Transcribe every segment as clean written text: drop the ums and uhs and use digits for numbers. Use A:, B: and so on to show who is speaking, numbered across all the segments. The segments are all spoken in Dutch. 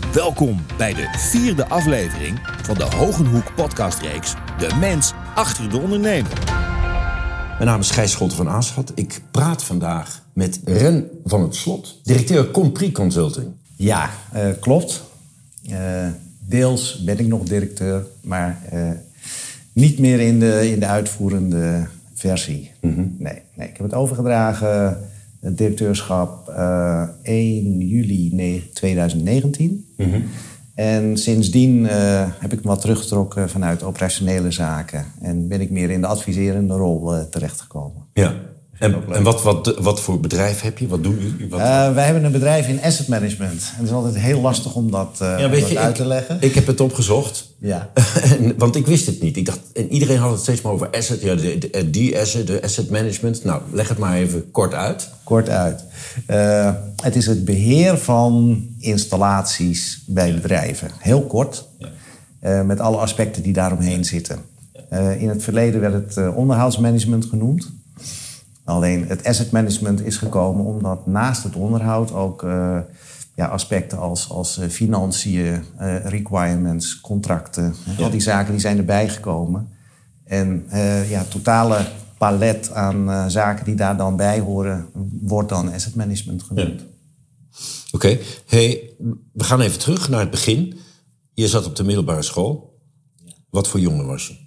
A: Welkom bij de 4e aflevering van de Hogenhoek podcastreeks De Mens Achter de Ondernemer.
B: Mijn naam is Gijs Scholten van Aarschot. Ik praat vandaag met Ren van het Slot, directeur Compris Consulting.
C: Ja, klopt. Deels ben ik nog directeur, maar niet meer in de uitvoerende versie. Mm-hmm. Nee, ik heb het overgedragen, het directeurschap, 1 juli 2019. Mm-hmm. En sindsdien heb ik me wat teruggetrokken vanuit operationele zaken. En ben ik meer in de adviserende rol terechtgekomen.
B: Ja. En wat voor bedrijf heb je? Wat doen jullie?
C: Wij hebben een bedrijf in asset management. En het is altijd heel lastig om dat uit te leggen.
B: Ik heb het opgezocht.
C: Ja.
B: Want ik wist het niet. Ik dacht, en iedereen had het steeds maar over asset. Ja, de asset management. Nou, leg het maar even kort uit.
C: Kort uit. Het is het beheer van installaties bij bedrijven. Heel kort. Ja. Met alle aspecten die daaromheen zitten. In het verleden werd het onderhoudsmanagement genoemd. Alleen het asset management is gekomen omdat naast het onderhoud ook aspecten als financiën, requirements, contracten, al die zaken die zijn erbij gekomen. En totale palet aan zaken die daar dan bij horen, wordt dan asset management genoemd.
B: Ja. Oké. Hey, we gaan even terug naar het begin. Je zat op de middelbare school. Ja. Wat voor jongen was je?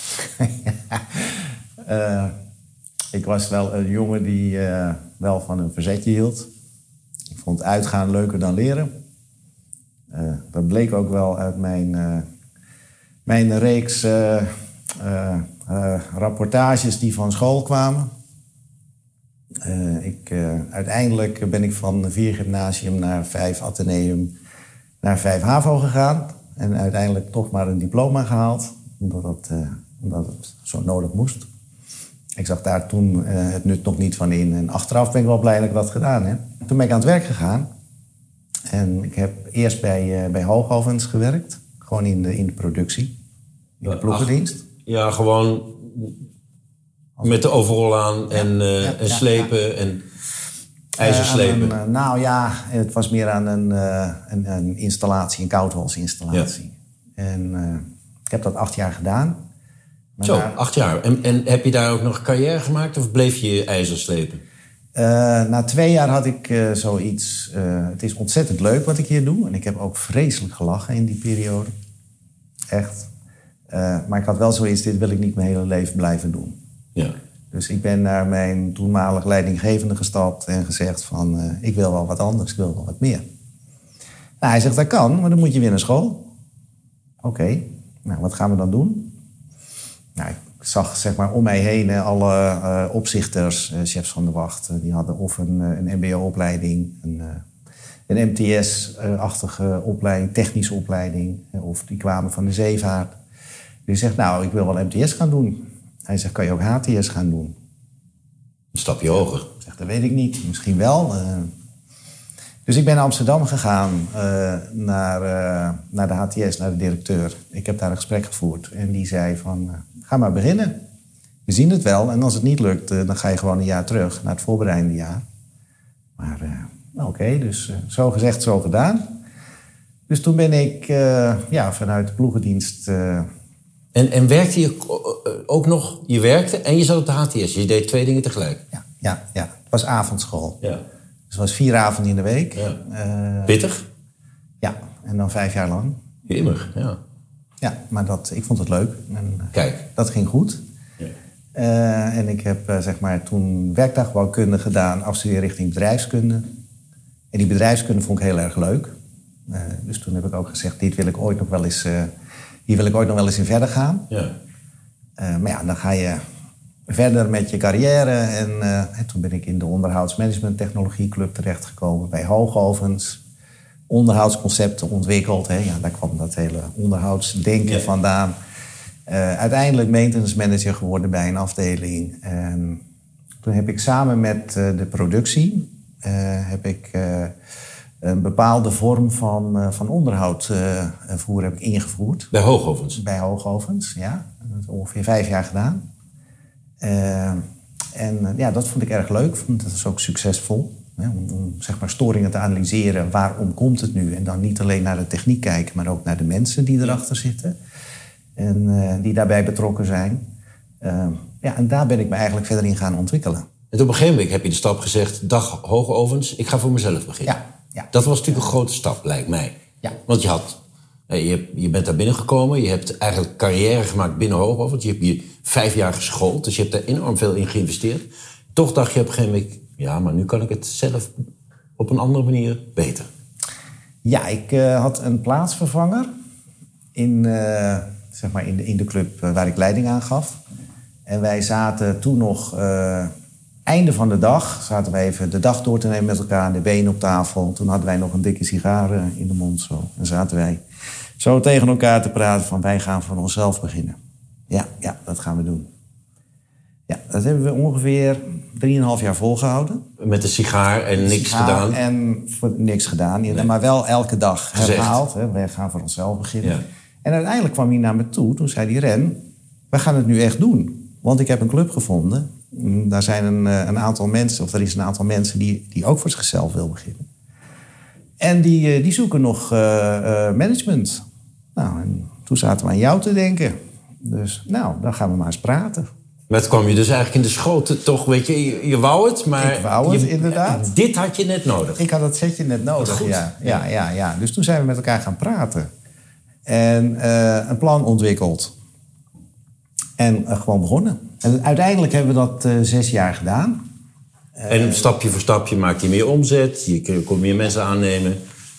C: Ik was wel een jongen die wel van een verzetje hield. Ik vond uitgaan leuker dan leren. Dat bleek ook wel uit mijn reeks rapportages die van school kwamen. Uiteindelijk ben ik van 4 gymnasium naar 5 ateneum naar 5 HAVO gegaan. En uiteindelijk toch maar een diploma gehaald. Omdat het zo nodig moest. Ik zag daar toen het nut nog niet van in. En achteraf ben ik wel blij dat ik dat gedaan heb. Toen ben ik aan het werk gegaan. En ik heb eerst bij Hoogovens gewerkt. Gewoon in de productie. In de ploegendienst.
B: Ja, gewoon met de overrol aan en slepen en ijzer slepen.
C: Het was meer aan een installatie, een koudholsinstallatie. Ja. En ik heb dat 8 jaar gedaan.
B: Maar 8 jaar. En heb je daar ook nog carrière gemaakt of bleef je ijzer slepen?
C: Na 2 jaar had ik zoiets. Het is ontzettend leuk wat ik hier doe. En ik heb ook vreselijk gelachen in die periode. Echt. Maar ik had wel zoiets, dit wil ik niet mijn hele leven blijven doen. Ja. Dus ik ben naar mijn toenmalig leidinggevende gestapt en gezegd van, ik wil wel wat anders, ik wil wel wat meer. Nou, hij zegt, dat kan, maar dan moet je weer naar school. Oké. Nou, wat gaan we dan doen? Nou, ik zag zeg maar om mij heen alle opzichters, chefs van de wacht. Die hadden of een mbo-opleiding, een MTS-achtige opleiding, technische opleiding. Of die kwamen van de zeevaart. Die zegt, nou, ik wil wel MTS gaan doen. Hij zegt, kan je ook HTS gaan doen?
B: Een stapje hoger.
C: Ik zeg, dat weet ik niet. Misschien wel. Dus ik ben naar Amsterdam gegaan naar de HTS, naar de directeur. Ik heb daar een gesprek gevoerd. En die zei van, ga maar beginnen. We zien het wel. En als het niet lukt, dan ga je gewoon een jaar terug naar het voorbereidende jaar. Maar oké, dus zo gezegd, zo gedaan. Dus toen ben ik vanuit de ploegendienst...
B: En werkte je ook nog? Je werkte en je zat op de HTS. Je deed 2 dingen tegelijk.
C: Ja. Het was avondschool. Ja. Dus het was 4 avonden in de week.
B: Ja. Pittig?
C: Ja, en dan 5 jaar lang.
B: Jemig, ja.
C: Ja, maar ik vond het leuk. En,
B: kijk.
C: Dat ging goed. Ja. En ik heb toen werktuigbouwkunde gedaan, afstuderen richting bedrijfskunde. En die bedrijfskunde vond ik heel erg leuk. Dus toen heb ik ook gezegd, hier wil ik ooit nog wel eens in verder gaan. Ja. Maar ja, dan ga je verder met je carrière. En toen ben ik in de onderhoudsmanagement technologieclub terechtgekomen bij Hoogovens. Onderhoudsconcepten ontwikkeld. Ja, daar kwam dat hele onderhoudsdenken vandaan. Uiteindelijk maintenance manager geworden bij een afdeling. En toen heb ik samen met de productie een bepaalde vorm van onderhoud voeren heb ik ingevoerd.
B: Bij Hoogovens?
C: Bij Hoogovens, ja. Dat is ongeveer 5 jaar gedaan. Dat vond ik erg leuk. Dat is ook succesvol. Hè, om zeg maar storingen te analyseren. Waarom komt het nu? En dan niet alleen naar de techniek kijken, maar ook naar de mensen die erachter zitten. En die daarbij betrokken zijn. En daar ben ik me eigenlijk verder in gaan ontwikkelen.
B: En op een gegeven moment heb je de stap gezegd... dag hoogovens, ik ga voor mezelf beginnen.
C: Ja.
B: Dat was natuurlijk een grote stap, lijkt mij.
C: Ja.
B: Want je bent daar binnengekomen. Je hebt eigenlijk carrière gemaakt binnen hoogovens. Je hebt je 5 jaar geschoold. Dus je hebt daar enorm veel in geïnvesteerd. Toch dacht je op een gegeven moment... ja, maar nu kan ik het zelf op een andere manier beter.
C: Ja, ik had een plaatsvervanger in de club waar ik leiding aan gaf. En wij zaten toen nog... einde van de dag zaten we even de dag door te nemen met elkaar, de benen op tafel. Toen hadden wij nog een dikke sigaar in de mond. Zo. En zaten wij zo tegen elkaar te praten van wij gaan voor onszelf beginnen. Ja, dat gaan we doen. Ja, dat hebben we ongeveer 3,5 jaar volgehouden.
B: Met een sigaar en niks gedaan?
C: En niks gedaan. Nee. Maar wel elke dag herhaald. Hè, wij gaan voor onszelf beginnen. Ja. En uiteindelijk kwam hij naar me toe. Toen zei hij, Ren, we gaan het nu echt doen. Want ik heb een club gevonden. Daar zijn een aantal mensen, of er is een aantal mensen die ook voor zichzelf wil beginnen. En die zoeken nog management. Nou, en toen zaten we aan jou te denken. Dus, dan gaan we maar eens praten.
B: Maar het kwam je dus eigenlijk in de schoten, toch? Weet je wou het, maar...
C: Ik wou het, inderdaad.
B: Dit had je net nodig.
C: Ik had dat setje net nodig, ja. Dus toen zijn we met elkaar gaan praten. En een plan ontwikkeld. En gewoon begonnen. En uiteindelijk hebben we dat 6 jaar gedaan.
B: En stapje voor stapje maak je meer omzet. Je kon meer mensen aannemen.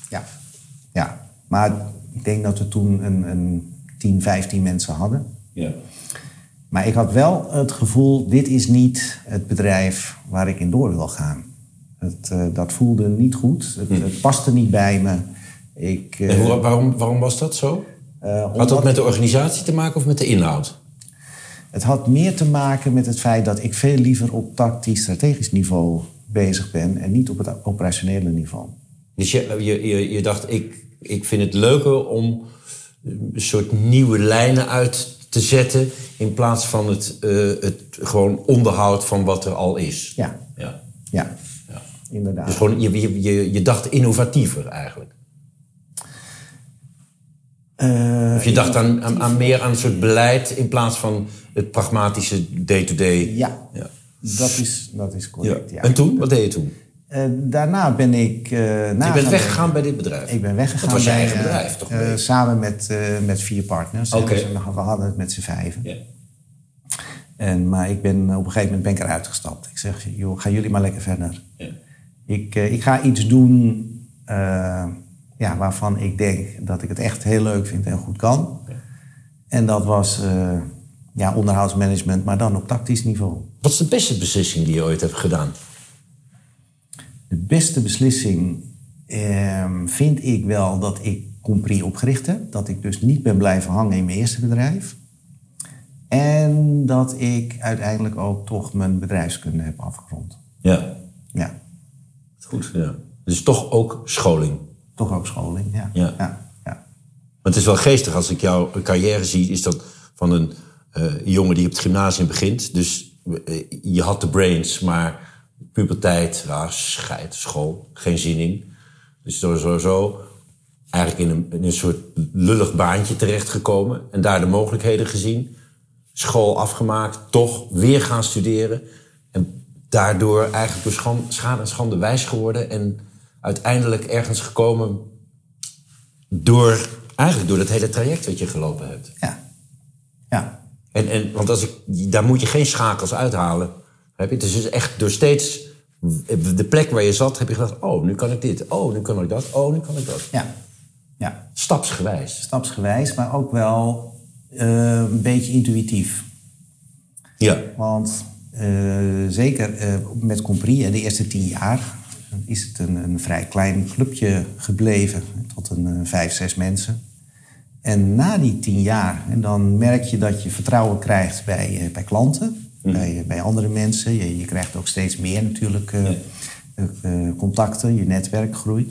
C: Ja. Maar ik denk dat we toen een 10, 15 mensen hadden. Ja. Maar ik had wel het gevoel, dit is niet het bedrijf waar ik in door wil gaan. Dat voelde niet goed. Het paste niet bij me.
B: En waarom was dat zo? Had dat met de organisatie te maken of met de inhoud?
C: Het had meer te maken met het feit dat ik veel liever op tactisch-strategisch niveau bezig ben en niet op het operationele niveau. Dus
B: je dacht, ik vind het leuker om een soort nieuwe lijnen uit te zetten in plaats van het gewoon onderhoud van wat er al is.
C: Ja. Inderdaad.
B: Dus gewoon, je dacht innovatiever eigenlijk. Of je dacht aan meer aan een soort beleid in plaats van het pragmatische day-to-day.
C: Ja. Dat is correct. Ja.
B: En toen? Wat deed je toen?
C: Daarna ben ik...
B: je bent weggegaan bij dit bedrijf?
C: Ik ben weggegaan.
B: Dat was je eigen bedrijf, toch?
C: Samen met 4 partners.
B: Okay.
C: Dus we hadden het met z'n 5. Yeah. Maar ik ben op een gegeven moment eruit gestapt. Ik zeg, joh, gaan jullie maar lekker verder. Yeah. Ik ga iets doen waarvan ik denk dat ik het echt heel leuk vind en goed kan. Okay. En dat was onderhoudsmanagement, maar dan op tactisch niveau.
B: Wat is de beste beslissing die je ooit hebt gedaan?
C: De beste beslissing vind ik wel dat ik Compris opgericht heb. Dat ik dus niet ben blijven hangen in mijn eerste bedrijf. En dat ik uiteindelijk ook toch mijn bedrijfskunde heb afgerond.
B: Ja.
C: Ja.
B: Goed, ja. Dus toch ook scholing.
C: Toch ook scholing, ja.
B: Maar het is wel geestig als ik jouw carrière zie, is dat van een jongen die op het gymnasium begint. Dus je had de brains, maar puberteit, scheid, school, geen zin in. Dus sowieso eigenlijk in een soort lullig baantje terechtgekomen. En daar de mogelijkheden gezien. School afgemaakt, toch weer gaan studeren. En daardoor eigenlijk door schade en schande wijs geworden. En uiteindelijk ergens gekomen door dat hele traject wat je gelopen hebt.
C: Ja.
B: En want daar moet je geen schakels uithalen. Heb je? Het is dus echt door steeds de plek waar je zat, heb je gedacht, oh, nu kan ik dit. Oh, nu kan ik dat. Oh, nu kan ik dat.
C: Ja.
B: Stapsgewijs,
C: maar ook wel een beetje intuïtief.
B: Ja.
C: Want zeker met Compris, de eerste 10 jaar, is het een vrij klein clubje gebleven. Tot 5, 6 mensen. En na die 10 jaar, en dan merk je dat je vertrouwen krijgt bij klanten. Bij andere mensen. Je krijgt ook steeds meer natuurlijk contacten. Je netwerk groeit.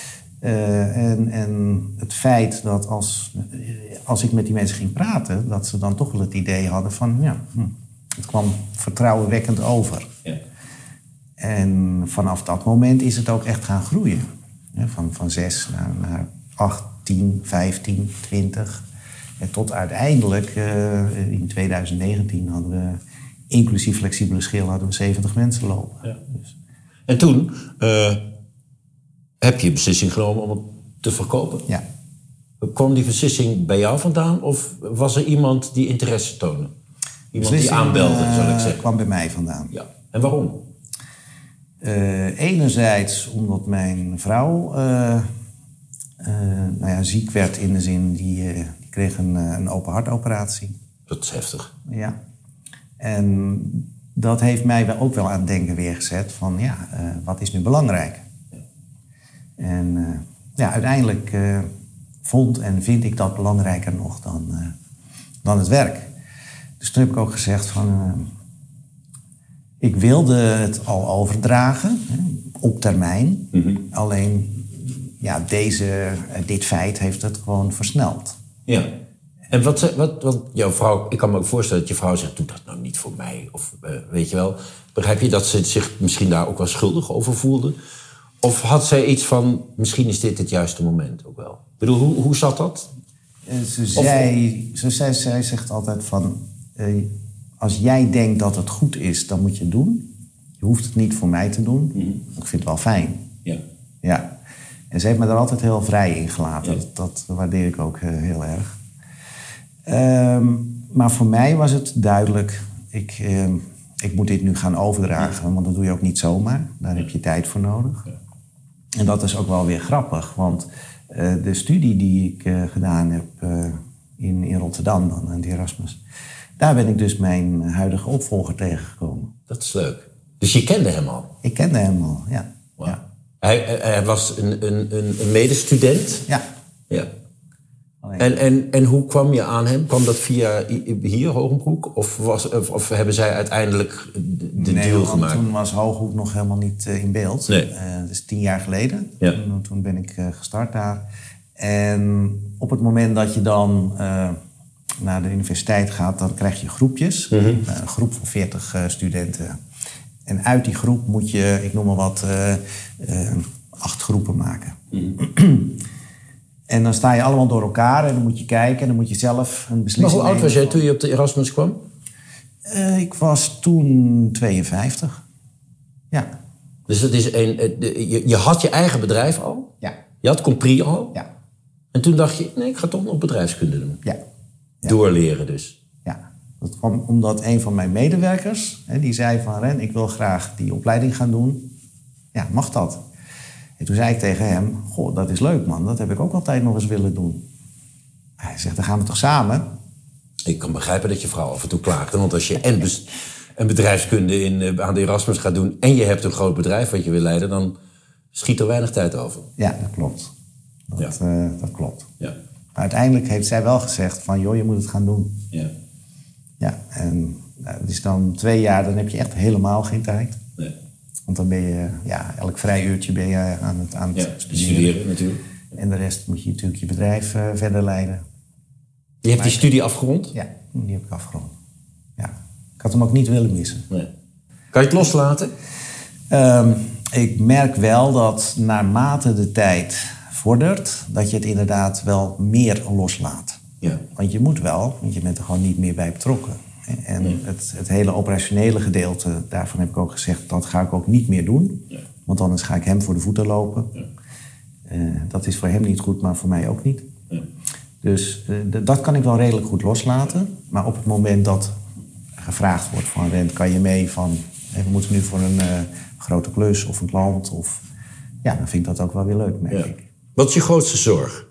C: En het feit dat als ik met die mensen ging praten, dat ze dan toch wel het idee hadden van, het kwam vertrouwenwekkend over. Ja. En vanaf dat moment is het ook echt gaan groeien. Van 6 naar 8, 10, 15, 20. En tot uiteindelijk, in 2019 hadden we, inclusief flexibele schil, hadden we 70 mensen lopen.
B: Ja. Dus. En toen heb je beslissing genomen om het te verkopen?
C: Ja.
B: Kwam die beslissing bij jou vandaan of was er iemand die interesse toonde? Iemand die aanbelde, zal ik zeggen.
C: Kwam bij mij vandaan.
B: Ja. En waarom?
C: Enerzijds omdat mijn vrouw ziek werd in de zin, die kreeg een open hartoperatie.
B: Dat is heftig.
C: Ja. En dat heeft mij ook wel aan het denken weer gezet van wat is nu belangrijk? Ja. En uiteindelijk vond en vind ik dat belangrijker nog dan het werk. Dus toen heb ik ook gezegd van ik wilde het al overdragen op termijn. Mm-hmm. Alleen dit feit heeft het gewoon versneld.
B: Ja. En wat jouw vrouw, ik kan me ook voorstellen dat je vrouw zegt, doe dat nou niet voor mij. Of weet je wel, begrijp je dat ze zich misschien daar ook wel schuldig over voelde? Of had zij iets van, misschien is dit het juiste moment ook wel? Ik bedoel, hoe zat dat?
C: Zij zegt altijd van, als jij denkt dat het goed is, dan moet je het doen. Je hoeft het niet voor mij te doen. Mm-hmm. Ik vind het wel fijn. Ja. Ja. En ze heeft me daar altijd heel vrij in gelaten. Ja. Dat waardeer ik ook heel erg. Maar voor mij was het duidelijk, ik moet dit nu gaan overdragen. Want dat doe je ook niet zomaar. Daar heb je tijd voor nodig. Ja. En dat is ook wel weer grappig. Want de studie die ik gedaan heb in Rotterdam, dan aan de Erasmus, daar ben ik dus mijn huidige opvolger tegengekomen.
B: Dat is leuk. Dus je kende hem al?
C: Ik kende hem al, ja.
B: Wow. Ja. Hij was een medestudent?
C: Ja.
B: Ja. En hoe kwam je aan hem? Kwam dat via hier, Hogenbroek? Of hebben zij uiteindelijk de deal gemaakt?
C: Toen was Hogenbroek nog helemaal niet in beeld.
B: Nee.
C: Dat is 10 jaar geleden. Ja. Toen ben ik gestart daar. En op het moment dat je dan naar de universiteit gaat, dan krijg je groepjes. Mm-hmm. Een groep van 40 studenten. En uit die groep moet je, ik noem maar wat, 8 groepen maken. Mm-hmm. En dan sta je allemaal door elkaar en dan moet je kijken en dan moet je zelf een beslissing nemen.
B: Maar hoe oud was jij toen je op de Erasmus kwam?
C: Ik was toen 52. Ja.
B: Dus dat is je had je eigen bedrijf al?
C: Ja.
B: Je had Compris al?
C: Ja.
B: En toen dacht je, nee, ik ga toch nog bedrijfskunde doen.
C: Ja.
B: Doorleren dus.
C: Ja. Dat kwam omdat een van mijn medewerkers, die zei van Ren, ik wil graag die opleiding gaan doen. Ja, mag dat? En toen zei ik tegen hem, goh, dat is leuk man, dat heb ik ook altijd nog eens willen doen. Hij zegt, dan gaan we toch samen?
B: Ik kan begrijpen dat je vrouw af en toe klaagde. Want als je en bedrijfskunde aan de Erasmus gaat doen en je hebt een groot bedrijf wat je wil leiden, dan schiet er weinig tijd over.
C: Ja, dat klopt. Dat klopt.
B: Ja.
C: Maar uiteindelijk heeft zij wel gezegd van, joh, je moet het gaan doen.
B: Ja.
C: Ja, en het is dan 2 jaar, dan heb je echt helemaal geen tijd. Nee. Want dan ben je, elk vrij uurtje ben je aan het studeren
B: natuurlijk.
C: En de rest moet je natuurlijk je bedrijf verder leiden.
B: Je hebt die studie afgerond?
C: Ja, die heb ik afgerond. Ja. Ik had hem ook niet willen missen.
B: Nee. Kan je het loslaten?
C: Ik merk wel dat naarmate de tijd vordert, dat je het inderdaad wel meer loslaat. Ja. Want je moet wel, want je bent er gewoon niet meer bij betrokken. En het hele operationele gedeelte, daarvan heb ik ook gezegd, dat ga ik ook niet meer doen. Ja. Want anders ga ik hem voor de voeten lopen. Ja. Dat is voor hem niet goed, maar voor mij ook niet. Ja. Dus dat kan ik wel redelijk goed loslaten. Maar op het moment dat gevraagd wordt van Rent, kan je mee van, we moeten nu voor een grote klus of een klant. Of, dan vind ik dat ook wel weer leuk, merk ik.
B: Wat is je grootste zorg?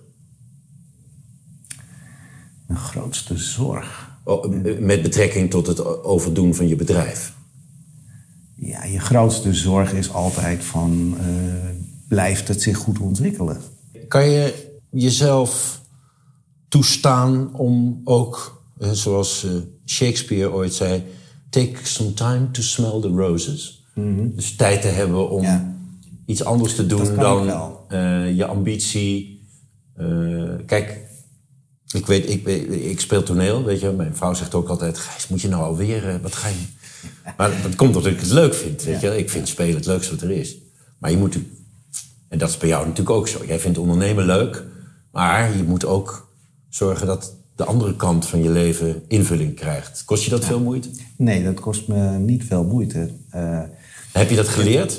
C: Mijn grootste zorg?
B: Met betrekking tot het overdoen van je bedrijf.
C: Ja, je grootste zorg is altijd van, blijft het zich goed ontwikkelen?
B: Kan je jezelf toestaan om ook, zoals Shakespeare ooit zei, take some time to smell the roses. Mm-hmm. Dus tijd te hebben om iets anders te doen dan je ambitie. Kijk, ik speel toneel, weet je. Mijn vrouw zegt ook altijd, Gijs, moet je nou alweer, wat ga je... Maar dat komt omdat ik het leuk vind. Weet je? Ik vind spelen het leukste wat er is. Maar je moet... En dat is bij jou natuurlijk ook zo. Jij vindt ondernemen leuk. Maar je moet ook zorgen dat de andere kant van je leven invulling krijgt. Kost je dat veel moeite?
C: Nee, dat kost me niet veel moeite.
B: Heb je dat geleerd?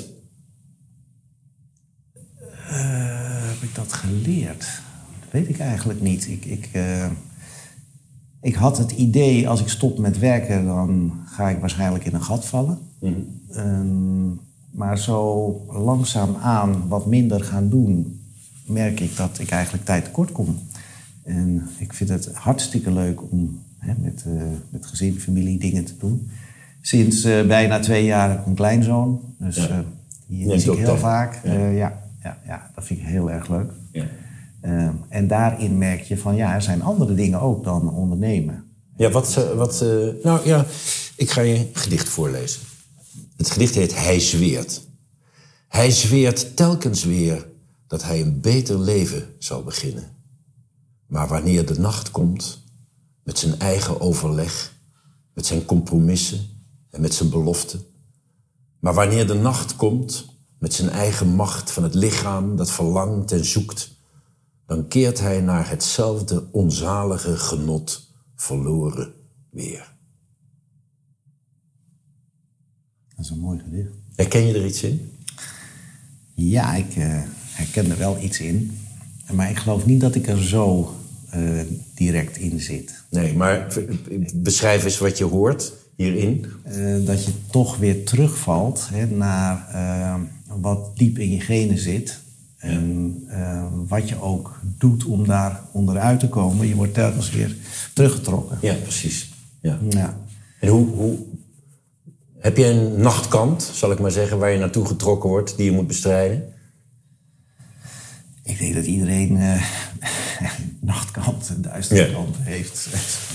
C: Heb ik dat geleerd? Dat weet ik eigenlijk niet. Ik had het idee, als ik stop met werken, dan ga ik waarschijnlijk in een gat vallen. Maar zo langzaamaan wat minder gaan doen, merk ik dat ik eigenlijk tijd tekort kom. En ik vind het hartstikke leuk om met gezin, familie dingen te doen. Sinds bijna 2 jaar heb ik een kleinzoon. Dus hier zie ik heel vaak. Dat vind ik heel erg leuk. Ja. En daarin merk je van, er zijn andere dingen ook dan ondernemen. Ja,
B: ik ga je een gedicht voorlezen. Het gedicht heet Hij zweert. Hij zweert telkens weer dat hij een beter leven zal beginnen. Maar wanneer de nacht komt, met zijn eigen overleg, met zijn compromissen en met zijn beloften. Maar wanneer de nacht komt, met zijn eigen macht van het lichaam dat verlangt en zoekt, dan keert hij naar hetzelfde onzalige genot verloren weer.
C: Dat is een mooi gedicht.
B: Herken je er iets in?
C: Ja, ik herken er wel iets in. Maar ik geloof niet dat ik er zo direct in zit.
B: Nee, maar beschrijf eens wat je hoort hierin.
C: Dat je toch weer terugvalt naar wat diep in je genen zit. En wat je ook doet om daar onderuit te komen. Je wordt telkens weer teruggetrokken.
B: Ja, precies. Ja. En hoe heb je een nachtkant, zal ik maar zeggen, waar je naartoe getrokken wordt, die je moet bestrijden?
C: Ik denk dat iedereen een nachtkant, een duistere kant heeft.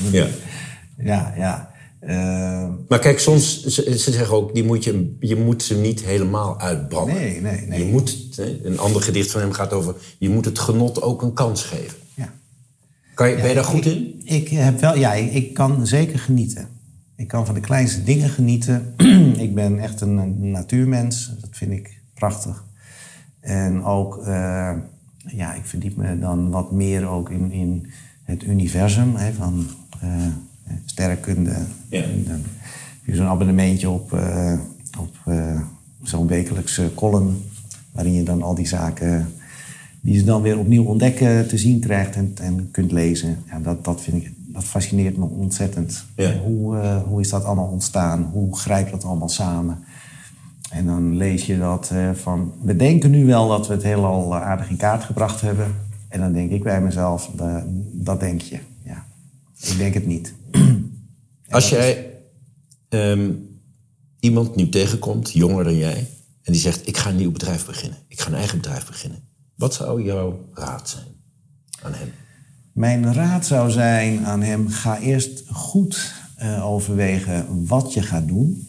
C: Ja.
B: Maar kijk, soms, ze zeggen ook, je moet ze niet helemaal uitbranden.
C: Nee.
B: Je moet, een ander gedicht van hem gaat over, je moet het genot ook een kans geven.
C: Ja.
B: Ben je daar goed in?
C: Ik kan zeker genieten. Ik kan van de kleinste dingen genieten. Ik ben echt een natuurmens. Dat vind ik prachtig. En ook, ik verdiep me dan wat meer ook in het universum. Van sterrenkunde. Ja. En dan heb je zo'n abonnementje op zo'n wekelijkse column. Waarin je dan al die zaken die ze dan weer opnieuw ontdekken te zien krijgt en kunt lezen. Ja, dat fascineert me ontzettend. Ja. Hoe is dat allemaal ontstaan? Hoe grijpt dat allemaal samen? En dan lees je dat van... We denken nu wel dat we het heelal aardig in kaart gebracht hebben. En dan denk ik bij mezelf, dat denk je. Ja. Ik denk het niet.
B: Als jij iemand nu tegenkomt, jonger dan jij... en die zegt, ik ga een nieuw bedrijf beginnen. Ik ga een eigen bedrijf beginnen. Wat zou jouw raad zijn aan hem?
C: Mijn raad zou zijn aan hem... ga eerst goed overwegen wat je gaat doen.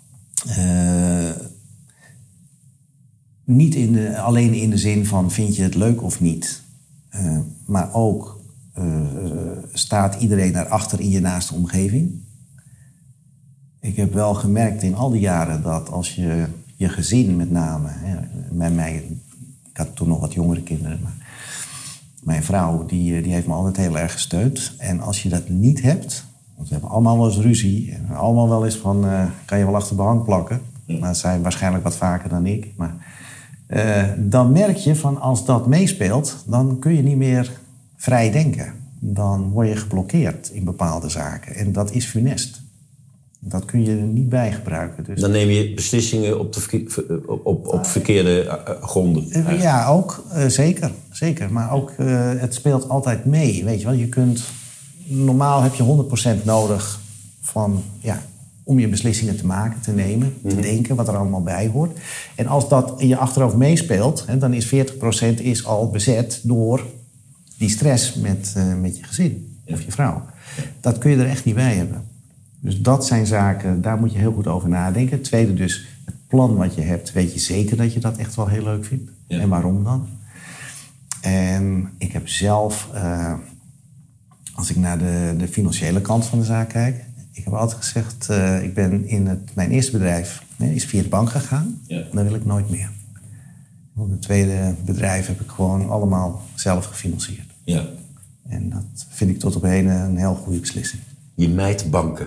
C: Niet alleen in de zin van vind je het leuk of niet. Maar ook staat iedereen daarachter in je naaste omgeving. Ik heb wel gemerkt in al die jaren dat als je gezin met name... Bij mij, ik had toen nog wat jongere kinderen... maar mijn vrouw die heeft me altijd heel erg gesteund. En als je dat niet hebt... want we hebben allemaal wel eens ruzie... en allemaal wel eens van... kan je wel achter de hand plakken. Maar zij waarschijnlijk wat vaker dan ik. Maar dan merk je van als dat meespeelt... dan kun je niet meer vrij denken. Dan word je geblokkeerd in bepaalde zaken. En dat is funest. Dat kun je er niet bij gebruiken. Dus...
B: Dan neem je beslissingen op verkeerde gronden.
C: Ja, ook. Zeker. Maar ook, het speelt altijd mee. Weet je wel, normaal heb je 100% nodig om je beslissingen te maken, te nemen, te denken, wat er allemaal bij hoort. En als dat in je achterhoofd meespeelt, dan is 40% al bezet door die stress met je gezin of je vrouw. Dat kun je er echt niet bij hebben. Dus dat zijn zaken, daar moet je heel goed over nadenken. Het tweede dus, het plan wat je hebt, weet je zeker dat je dat echt wel heel leuk vindt? Ja. En waarom dan? En ik heb zelf, als ik naar de financiële kant van de zaak kijk... Ik heb altijd gezegd, ik ben mijn eerste bedrijf is via de bank gegaan.
B: Ja.
C: Dat wil ik nooit meer. Op het tweede bedrijf heb ik gewoon allemaal zelf gefinancierd.
B: Ja.
C: En dat vind ik tot op heden een heel goede beslissing.
B: Je mijt banken.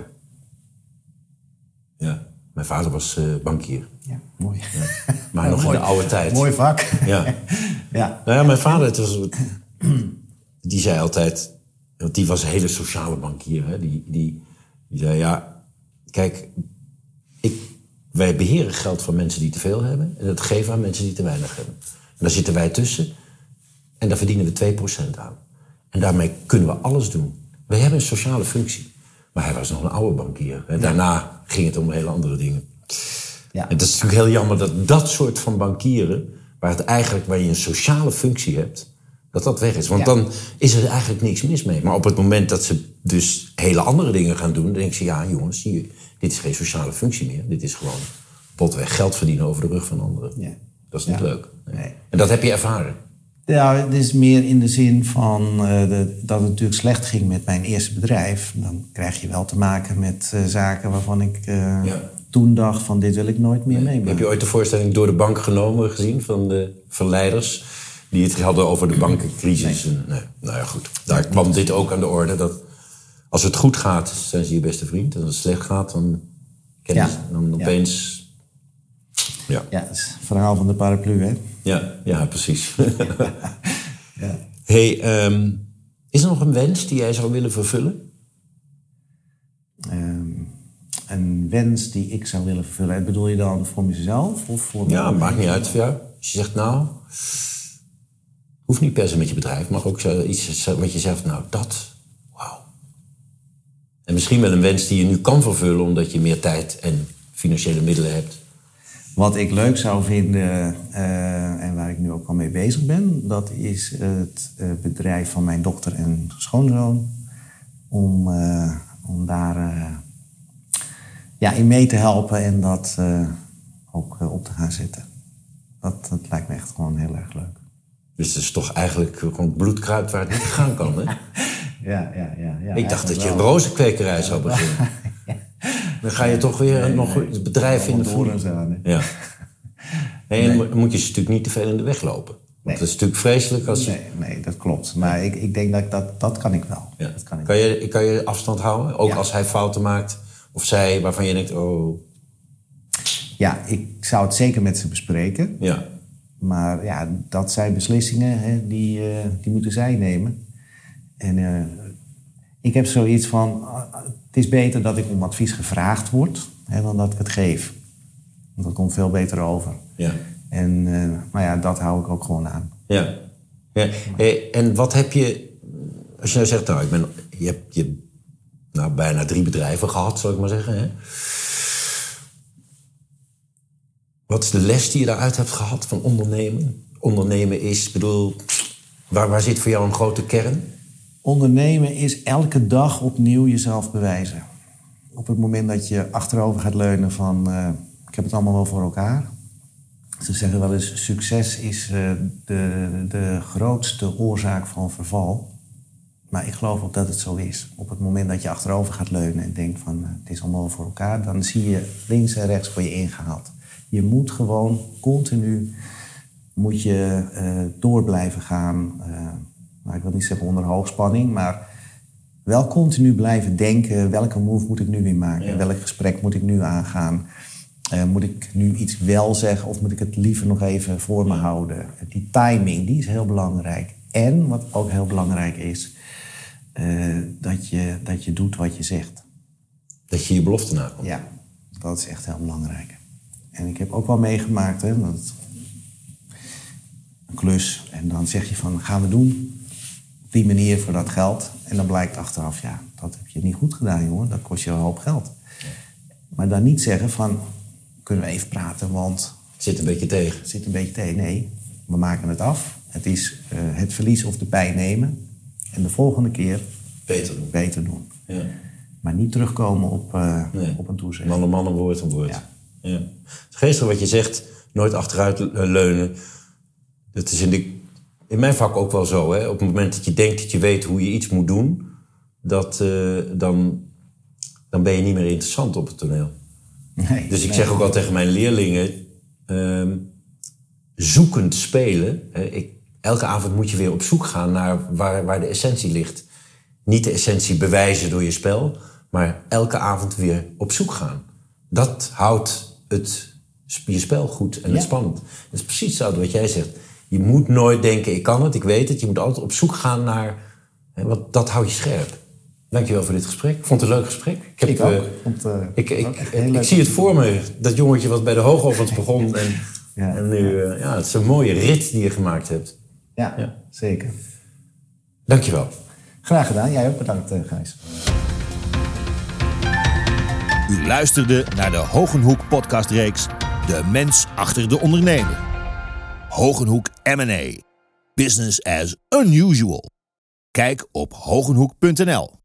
B: Ja. Mijn vader was bankier.
C: Ja, mooi.
B: Ja. Maar nog in de oude tijd.
C: Mooi vak.
B: Ja.
C: Ja.
B: Nou ja, mijn vader, die zei altijd... Want die was een hele sociale bankier. Hè? Die zei, ja... Kijk, wij beheren geld van mensen die te veel hebben... en dat geven aan mensen die te weinig hebben. En daar zitten wij tussen... en daar verdienen we 2% aan. En daarmee kunnen we alles doen. We hebben een sociale functie. Maar hij was nog een oude bankier. Hè? Daarna ging het om hele andere dingen. Ja. En het is natuurlijk heel jammer dat soort van bankieren... waar je een sociale functie hebt... dat weg is. Want dan is er eigenlijk niks mis mee. Maar op het moment dat ze dus hele andere dingen gaan doen... dan denken ze, ja jongens, dit is geen sociale functie meer. Dit is gewoon potweg geld verdienen over de rug van anderen. Ja. Dat is niet leuk. Nee. En dat heb je ervaren? Ja,
C: het is meer in de zin van dat het natuurlijk slecht ging met mijn eerste bedrijf. Dan krijg je wel te maken met zaken waarvan ik toen dacht van dit wil ik nooit meer meemaken.
B: Heb je ooit de voorstelling Door de Bank genomen gezien van de verleiders... die het hadden over de bankencrisis? Nee. Nou ja, goed. Daar kwam dit ook aan de orde. Dat als het goed gaat, zijn ze je beste vriend. En als het slecht gaat, dan dan opeens...
C: Ja, het is het verhaal van de paraplu, hè?
B: Ja, precies. Ja. Hey, is er nog een wens die jij zou willen vervullen?
C: Een wens die ik zou willen vervullen. Bedoel je dan voor mezelf? Of voor
B: maakt niet uit voor jou. Als je zegt, nou... hoeft niet per se met je bedrijf, maar ook iets wat je zegt, nou dat, wauw. En misschien wel een wens die je nu kan vervullen... omdat je meer tijd en financiële middelen hebt.
C: Wat ik leuk zou vinden, en waar ik nu ook al mee bezig ben... dat is het bedrijf van mijn dochter en schoonzoon... om daar in mee te helpen en dat ook op te gaan zetten. Dat lijkt me echt gewoon heel erg leuk.
B: Dus het is toch eigenlijk gewoon bloedkruid waar het niet gaan kan, hè?
C: Ja.
B: Ik dacht dat je een rozenkwekerij zou beginnen. Dan ga je toch weer nog het bedrijf in de voeding. Ja. En dan moet je ze natuurlijk niet te veel in de weg lopen. Want dat is natuurlijk vreselijk als je...
C: Nee, dat klopt. Maar ik denk dat kan ik wel. Ja. Dat kan ik
B: kan je afstand houden? Ook als hij fouten maakt? Of zij waarvan je denkt, oh...
C: Ja, ik zou het zeker met ze bespreken.
B: Ja.
C: Maar dat zijn beslissingen die moeten zij nemen. En ik heb zoiets van... het is beter dat ik om advies gevraagd word... dan dat ik het geef. Want dat komt veel beter over. Ja. En dat hou ik ook gewoon aan. Ja.
B: En wat heb je... Als je nou zegt, je hebt bijna 3 bedrijven gehad, zal ik maar zeggen. Hè? Wat is de les die je daaruit hebt gehad van ondernemen? Ondernemen is, waar zit voor jou een grote kern?
C: Ondernemen is elke dag opnieuw jezelf bewijzen. Op het moment dat je achterover gaat leunen van... ik heb het allemaal wel voor elkaar. Ze zeggen wel eens, succes is de grootste oorzaak van verval. Maar ik geloof ook dat het zo is. Op het moment dat je achterover gaat leunen en denkt van... het is allemaal wel voor elkaar, dan zie je links en rechts voor je ingehaald. Je moet gewoon continu door blijven gaan. Ik wil niet zeggen onder hoogspanning, maar wel continu blijven denken... welke move moet ik nu weer maken? Ja. Welk gesprek moet ik nu aangaan? Moet ik nu iets wel zeggen of moet ik het liever nog even voor me houden? Die timing, die is heel belangrijk. En wat ook heel belangrijk is, dat je doet wat je zegt.
B: Dat je je belofte nakomt.
C: Ja, dat is echt heel belangrijk. En ik heb ook wel meegemaakt, dat een klus. En dan zeg je van, gaan we doen op die manier voor dat geld. En dan blijkt achteraf, dat heb je niet goed gedaan, jongen. Dat kost je een hoop geld. Ja. Maar dan niet zeggen van, kunnen we even praten, want...
B: Het zit een beetje tegen.
C: Nee, we maken het af. Het is het verlies of de pijn nemen. En de volgende keer beter doen. Ja. Maar niet terugkomen op een toezeging.
B: Man, woord. Ja. Ja. Het geestige wat je zegt, nooit achteruit leunen. Dat is in mijn vak ook wel zo. Hè? Op het moment dat je denkt dat je weet hoe je iets moet doen... dan dan ben je niet meer interessant op het toneel.
C: Nee,
B: Dus ik zeg ook al tegen mijn leerlingen, zoekend spelen. Elke avond moet je weer op zoek gaan naar waar de essentie ligt. Niet de essentie bewijzen door je spel, maar elke avond weer op zoek gaan. Dat houdt je spel goed en het spannend. Dat is precies hetzelfde wat jij zegt. Je moet nooit denken, ik kan het, ik weet het. Je moet altijd op zoek gaan naar, want dat houdt je scherp. Dankjewel voor dit gesprek. Ik vond het een leuk gesprek. Ik zie het voor me, dat jongetje wat bij de Hoogovens begon. En nu, het is een mooie rit die je gemaakt hebt.
C: Ja, zeker.
B: Dankjewel.
C: Graag gedaan. Jij ook bedankt, Gijs.
A: U luisterde naar de Hogenhoek podcastreeks De Mens Achter de Ondernemer. Hogenhoek M&A. Business as unusual. Kijk op hogenhoek.nl.